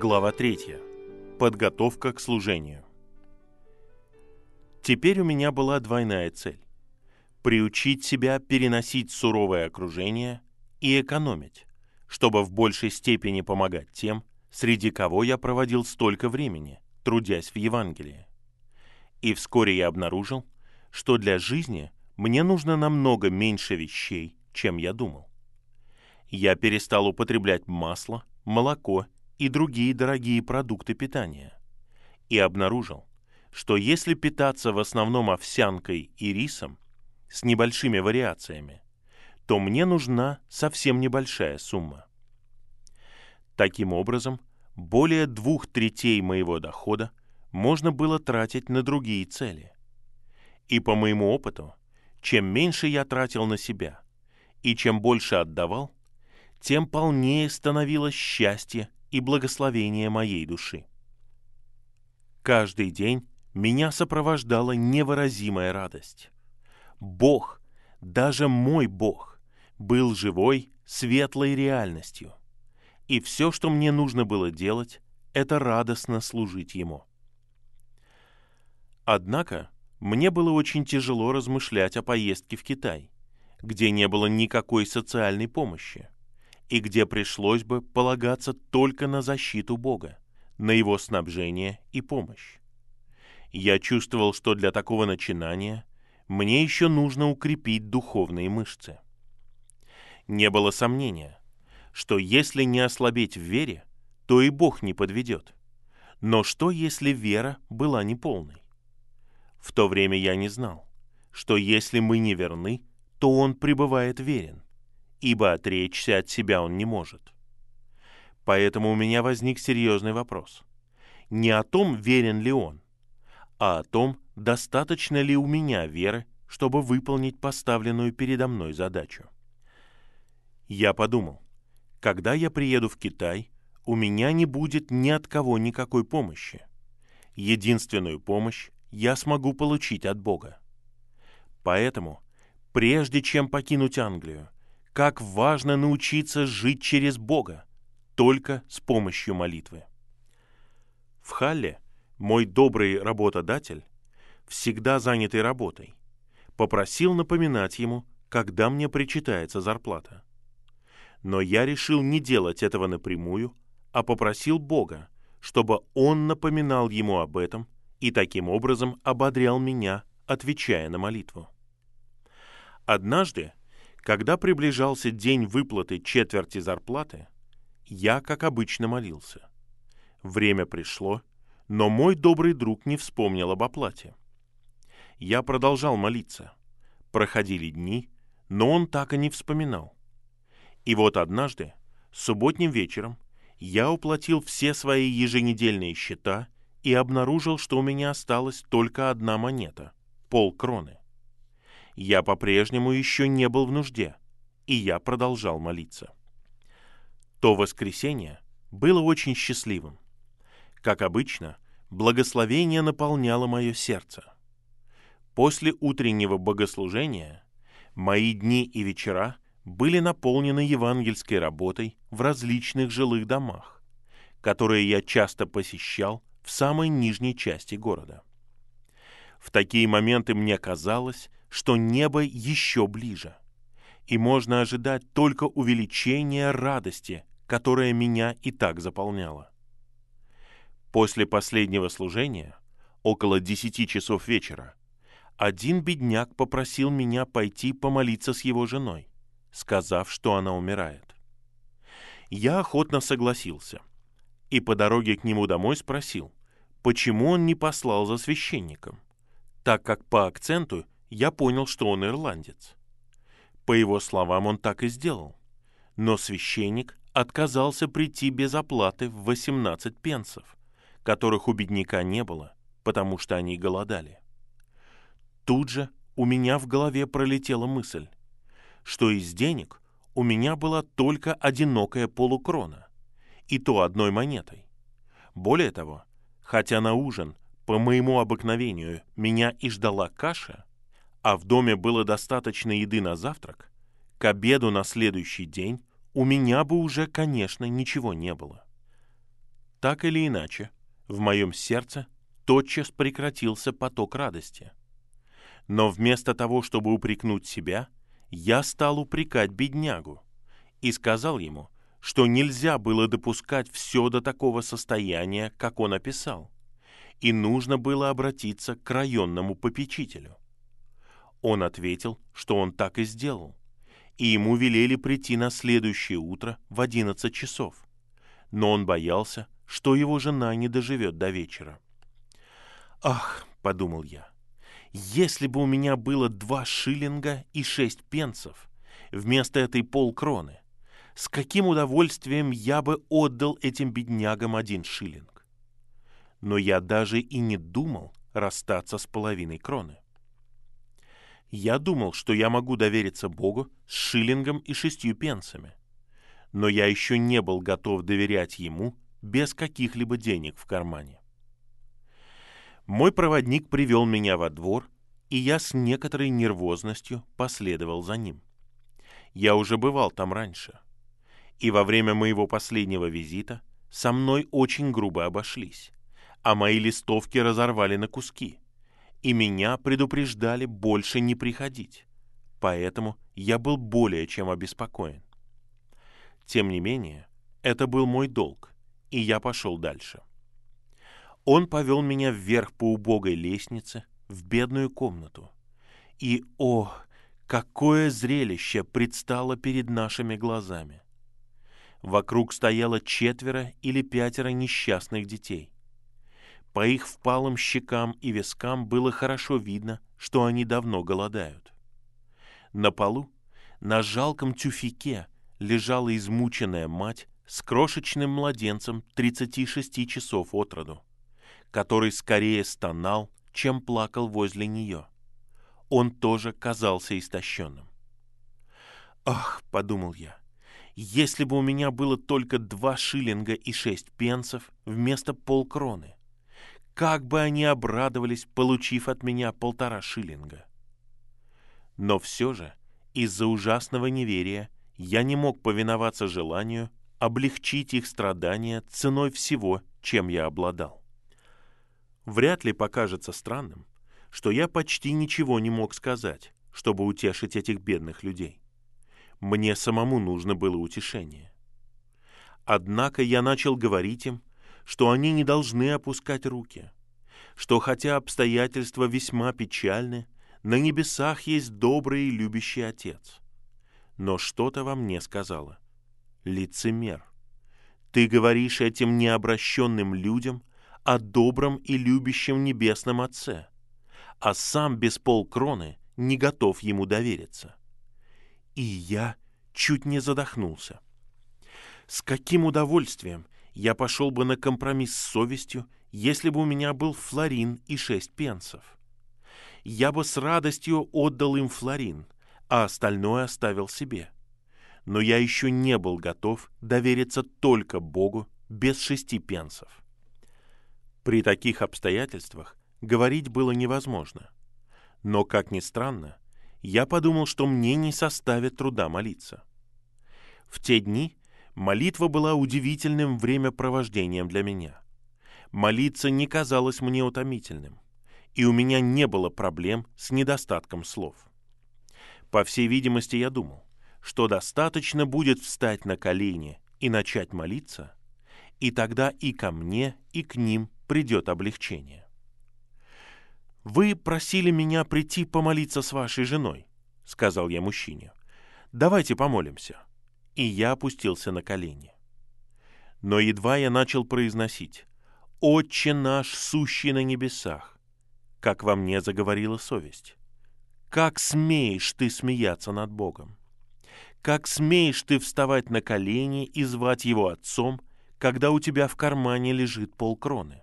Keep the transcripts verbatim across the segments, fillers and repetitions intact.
Глава третья. Подготовка к служению. Теперь у меня была двойная цель – приучить себя переносить суровое окружение и экономить, чтобы в большей степени помогать тем, среди кого я проводил столько времени, трудясь в Евангелии. И вскоре я обнаружил, что для жизни мне нужно намного меньше вещей, чем я думал. Я перестал употреблять масло, молоко и другие дорогие продукты питания. И обнаружил, что если питаться в основном овсянкой и рисом с небольшими вариациями, то мне нужна совсем небольшая сумма. Таким образом, более двух третей моего дохода можно было тратить на другие цели. И по моему опыту, чем меньше я тратил на себя и чем больше отдавал, тем полнее становилось счастье и благословение моей души. Каждый день меня сопровождала невыразимая радость. Бог, даже мой Бог, был живой, светлой реальностью. И все, что мне нужно было делать, это радостно служить Ему. Однако мне было очень тяжело размышлять о поездке в Китай, где не было никакой социальной помощи, и где пришлось бы полагаться только на защиту Бога, на Его снабжение и помощь. Я чувствовал, что для такого начинания мне еще нужно укрепить духовные мышцы. Не было сомнения, что если не ослабеть в вере, то и Бог не подведет. Но что, если вера была неполной? В то время я не знал, что если мы не верны, то Он пребывает верен, ибо отречься от себя Он не может. Поэтому у меня возник серьезный вопрос. Не о том, верен ли Он, а о том, достаточно ли у меня веры, чтобы выполнить поставленную передо мной задачу. Я подумал, когда я приеду в Китай, у меня не будет ни от кого никакой помощи. Единственную помощь я смогу получить от Бога. Поэтому, прежде чем покинуть Англию, как важно научиться жить через Бога, только с помощью молитвы. В Халле мой добрый работодатель, всегда занятый работой, попросил напоминать ему, когда мне причитается зарплата. Но я решил не делать этого напрямую, а попросил Бога, чтобы Он напоминал ему об этом и таким образом ободрял меня, отвечая на молитву. Однажды, когда приближался день выплаты четверти зарплаты, я, как обычно, молился. Время пришло, но мой добрый друг не вспомнил об оплате. Я продолжал молиться. Проходили дни, но он так и не вспоминал. И вот однажды, субботним вечером, я уплатил все свои еженедельные счета и обнаружил, что у меня осталась только одна монета — полкроны. Я по-прежнему еще не был в нужде, и я продолжал молиться. То воскресенье было очень счастливым. Как обычно, благословение наполняло мое сердце. После утреннего богослужения мои дни и вечера были наполнены евангельской работой в различных жилых домах, которые я часто посещал в самой нижней части города. В такие моменты мне казалось, что небо еще ближе, и можно ожидать только увеличения радости, которая меня и так заполняла. После последнего служения, около десяти часов вечера, один бедняк попросил меня пойти помолиться с его женой, сказав, что она умирает. Я охотно согласился, и по дороге к нему домой спросил, почему он не послал за священником, так как по акценту я понял, что он ирландец. По его словам, он так и сделал, но священник отказался прийти без оплаты в восемнадцать пенсов, которых у бедняка не было, потому что они голодали. Тут же у меня в голове пролетела мысль, что из денег у меня была только одинокая полукрона, и то одной монетой. Более того, хотя на ужин, по моему обыкновению, меня и ждала каша, а в доме было достаточно еды на завтрак, к обеду на следующий день у меня бы уже, конечно, ничего не было. Так или иначе, в моем сердце тотчас прекратился поток радости. Но вместо того, чтобы упрекнуть себя, я стал упрекать беднягу и сказал ему, что нельзя было допускать все до такого состояния, как он описал, и нужно было обратиться к районному попечителю. Он ответил, что он так и сделал, и ему велели прийти на следующее утро в одиннадцать часов, но он боялся, что его жена не доживет до вечера. «Ах», — подумал я, — «если бы у меня было два шиллинга и шесть пенсов вместо этой полкроны, с каким удовольствием я бы отдал этим беднягам один шиллинг». Но я даже и не думал расстаться с половиной кроны. Я думал, что я могу довериться Богу с шиллингом и шестью пенсами, но я еще не был готов доверять Ему без каких-либо денег в кармане. Мой проводник привел меня во двор, и я с некоторой нервозностью последовал за ним. Я уже бывал там раньше, и во время моего последнего визита со мной очень грубо обошлись, а мои листовки разорвали на куски, и меня предупреждали больше не приходить, поэтому я был более чем обеспокоен. Тем не менее, это был мой долг, и я пошел дальше. Он повел меня вверх по убогой лестнице в бедную комнату, и, о, какое зрелище предстало перед нашими глазами! Вокруг стояло четверо или пятеро несчастных детей. По их впалым щекам и вискам было хорошо видно, что они давно голодают. На полу, на жалком тюфяке, лежала измученная мать с крошечным младенцем тридцати шести часов от роду, который скорее стонал, чем плакал возле нее. Он тоже казался истощенным. «Ах», — подумал я, — «если бы у меня было только два шиллинга и шесть пенсов вместо полкроны, как бы они обрадовались, получив от меня полтора шиллинга». Но все же из-за ужасного неверия я не мог повиноваться желанию облегчить их страдания ценой всего, чем я обладал. Вряд ли покажется странным, что я почти ничего не мог сказать, чтобы утешить этих бедных людей. Мне самому нужно было утешение. Однако я начал говорить им, что они не должны опускать руки, что хотя обстоятельства весьма печальны, на небесах есть добрый и любящий Отец. Но что-то во мне сказало: лицемер, ты говоришь этим необращенным людям о добром и любящем небесном Отце, а сам без полкроны не готов ему довериться. И я чуть не задохнулся. С каким удовольствием я пошел бы на компромисс с совестью, если бы у меня был флорин и шесть пенсов. Я бы с радостью отдал им флорин, а остальное оставил себе. Но я еще не был готов довериться только Богу без шести пенсов. При таких обстоятельствах говорить было невозможно. Но, как ни странно, я подумал, что мне не составит труда молиться. В те дни молитва была удивительным времяпровождением для меня. Молиться не казалось мне утомительным, и у меня не было проблем с недостатком слов. По всей видимости, я думал, что достаточно будет встать на колени и начать молиться, и тогда и ко мне, и к ним придет облегчение. «Вы просили меня прийти помолиться с вашей женой», — сказал я мужчине. «Давайте помолимся». И я опустился на колени. Но едва я начал произносить «Отче наш, сущий на небесах», как во мне заговорила совесть. «Как смеешь ты смеяться над Богом? Как смеешь ты вставать на колени и звать Его Отцом, когда у тебя в кармане лежит полкроны?»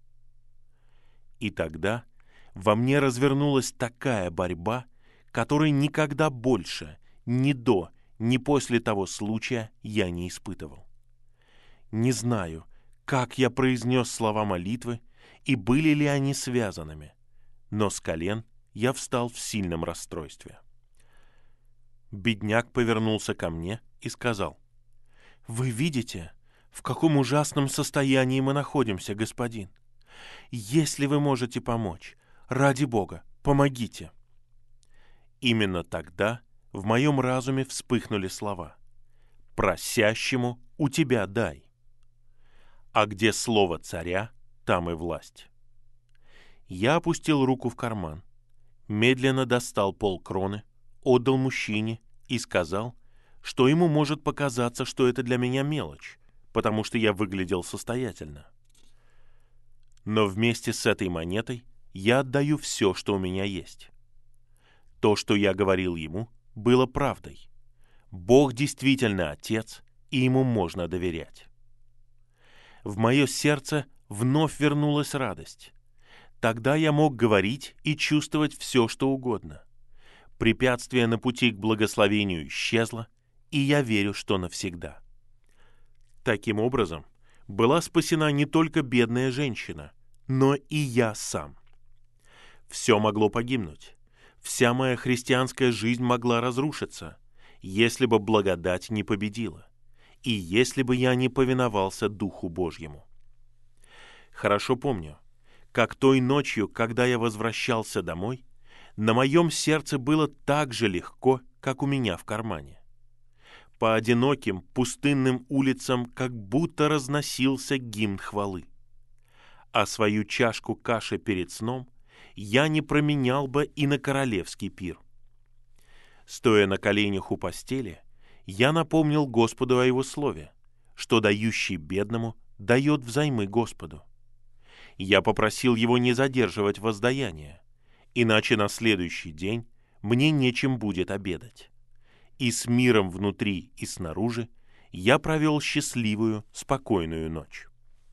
И тогда во мне развернулась такая борьба, которой никогда больше, ни до, ни после того случая я не испытывал. Не знаю, как я произнес слова молитвы и были ли они связанными, но с колен я встал в сильном расстройстве. Бедняк повернулся ко мне и сказал: «Вы видите, В каком ужасном состоянии мы находимся, господин! Если вы можете помочь, ради Бога, помогите!» Именно тогда в моем разуме вспыхнули слова: «Просящему у тебя дай». А где слово царя, там и власть. Я опустил руку в карман, медленно достал полкроны, отдал мужчине и сказал, что ему может показаться, что это для меня мелочь, потому что я выглядел состоятельно. Но вместе с этой монетой я отдаю все, что у меня есть. То, что я говорил ему, было правдой. Бог действительно Отец, и Ему можно доверять. В мое сердце вновь вернулась радость. Тогда я мог говорить и чувствовать все, что угодно. Препятствие на пути к благословению исчезло, и я верю, что навсегда. Таким образом, была спасена не только бедная женщина, но и я сам. Все могло погибнуть. Вся моя христианская жизнь могла разрушиться, если бы благодать не победила, и если бы я не повиновался Духу Божьему. Хорошо помню, как той ночью, когда я возвращался домой, на моем сердце было так же легко, как у меня в кармане. По одиноким, пустынным улицам как будто разносился гимн хвалы. А свою чашку каши перед сном я не променял бы и на королевский пир. Стоя на коленях у постели, я напомнил Господу о Его слове, что дающий бедному дает взаймы Господу. Я попросил Его не задерживать воздаяние, иначе на следующий день мне нечем будет обедать. И с миром внутри и снаружи я провел счастливую, спокойную ночь.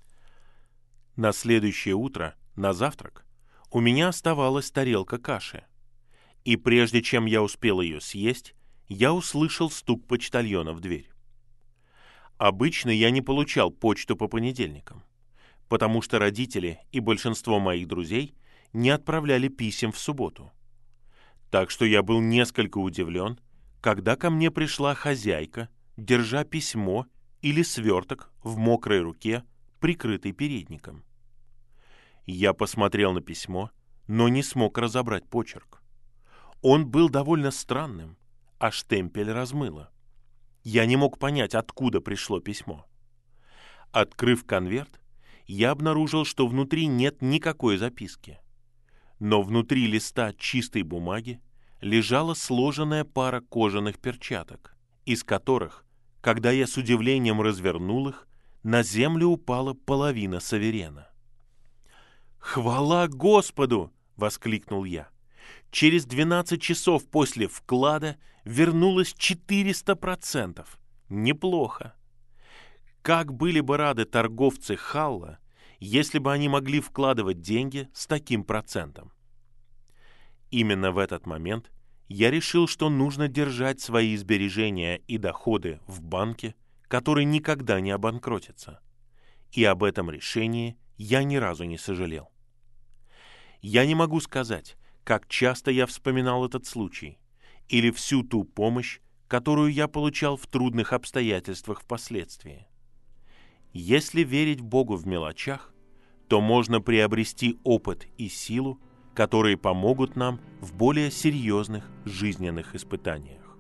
На следующее утро, на завтрак, у меня оставалась тарелка каши. И прежде чем я успел ее съесть, я услышал стук почтальона в дверь. Обычно я не получал почту по понедельникам, потому что родители и большинство моих друзей не отправляли писем в субботу. Так что я был несколько удивлен, когда ко мне пришла хозяйка, держа письмо или сверток в мокрой руке, прикрытый передником. Я посмотрел на письмо, но не смог разобрать почерк. Он был довольно странным, а штемпель размыло. Я не мог понять, откуда пришло письмо. Открыв конверт, я обнаружил, что внутри нет никакой записки. Но внутри листа чистой бумаги лежала сложенная пара кожаных перчаток, из которых, когда я с удивлением развернул их, на землю упала половина саверена. «Хвала Господу!» — воскликнул я. Через двенадцать часов после вклада вернулось четыреста процентов. Неплохо. Как были бы рады торговцы Халла, если бы они могли вкладывать деньги с таким процентом. Именно в этот момент я решил, что нужно держать свои сбережения и доходы в банке, который никогда не обанкротится. И об этом решении я ни разу не сожалел. Я не могу сказать, как часто я вспоминал этот случай или всю ту помощь, которую я получал в трудных обстоятельствах впоследствии. Если верить Богу в мелочах, то можно приобрести опыт и силу, которые помогут нам в более серьезных жизненных испытаниях.